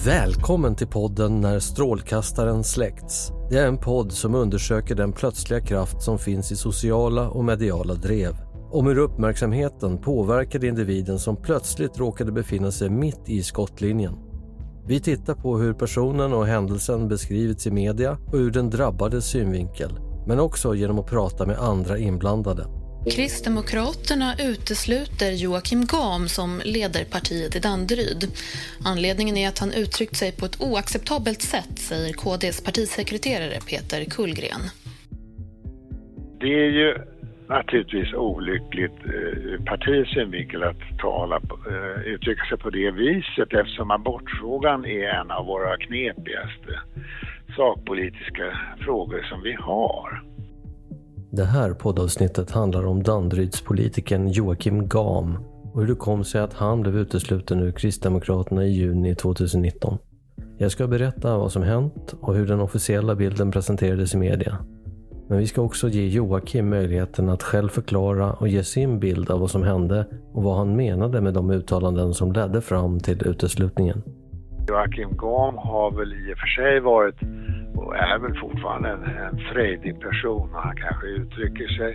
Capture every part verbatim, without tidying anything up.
Välkommen till podden När strålkastaren släckts. Det är en podd som undersöker den plötsliga kraft som finns i sociala och mediala drev. Om hur uppmärksamheten påverkade individen som plötsligt råkade befinna sig mitt i skottlinjen. Vi tittar på hur personen och händelsen beskrivits i media och hur den drabbades synvinkel. Men också genom att prata med andra inblandade. Kristdemokraterna utesluter Joakim Gam som leder partiet i Danderyd. Anledningen är att han uttryckt sig på ett oacceptabelt sätt, säger K D:s partisekreterare Peter Kullgren. Det är ju naturligtvis olyckligt ur partiets synvinkel att tala, uttrycka sig på det viset, eftersom abortfrågan är en av våra knepigaste sakpolitiska frågor som vi har. Det här poddavsnittet handlar om Danderydspolitikern Joakim Gam och hur det kom sig att han blev utesluten ur Kristdemokraterna i juni tjugonitton. Jag ska berätta vad som hänt och hur den officiella bilden presenterades i media. Men vi ska också ge Joakim möjligheten att själv förklara och ge sin bild av vad som hände och vad han menade med de uttalanden som ledde fram till uteslutningen. Joakim Gam har väl i och för sig varit och är väl fortfarande en, en frejdig person, och han kanske uttrycker sig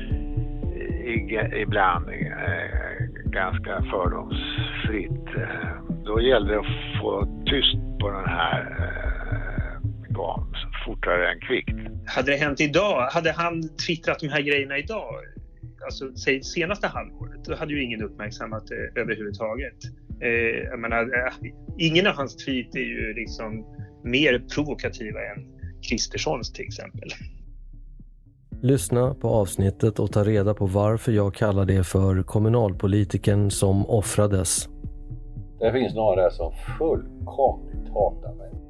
i, ibland eh, ganska fördomsfritt. Eh, då gäller det att få tyst på den här eh, Gam fortare än kvickt. Hade det hänt idag, hade han twittrat de här grejerna idag, alltså säg senaste halvåret, då hade ju ingen uppmärksammat det överhuvudtaget. Eh, jag menar, eh, ingen av hans tweet är ju liksom mer provokativa än Kristerssons till exempel. Lyssna på avsnittet och ta reda på varför jag kallar det för kommunalpolitiken som offrades. Det finns några där som fullkomligt hatar mig.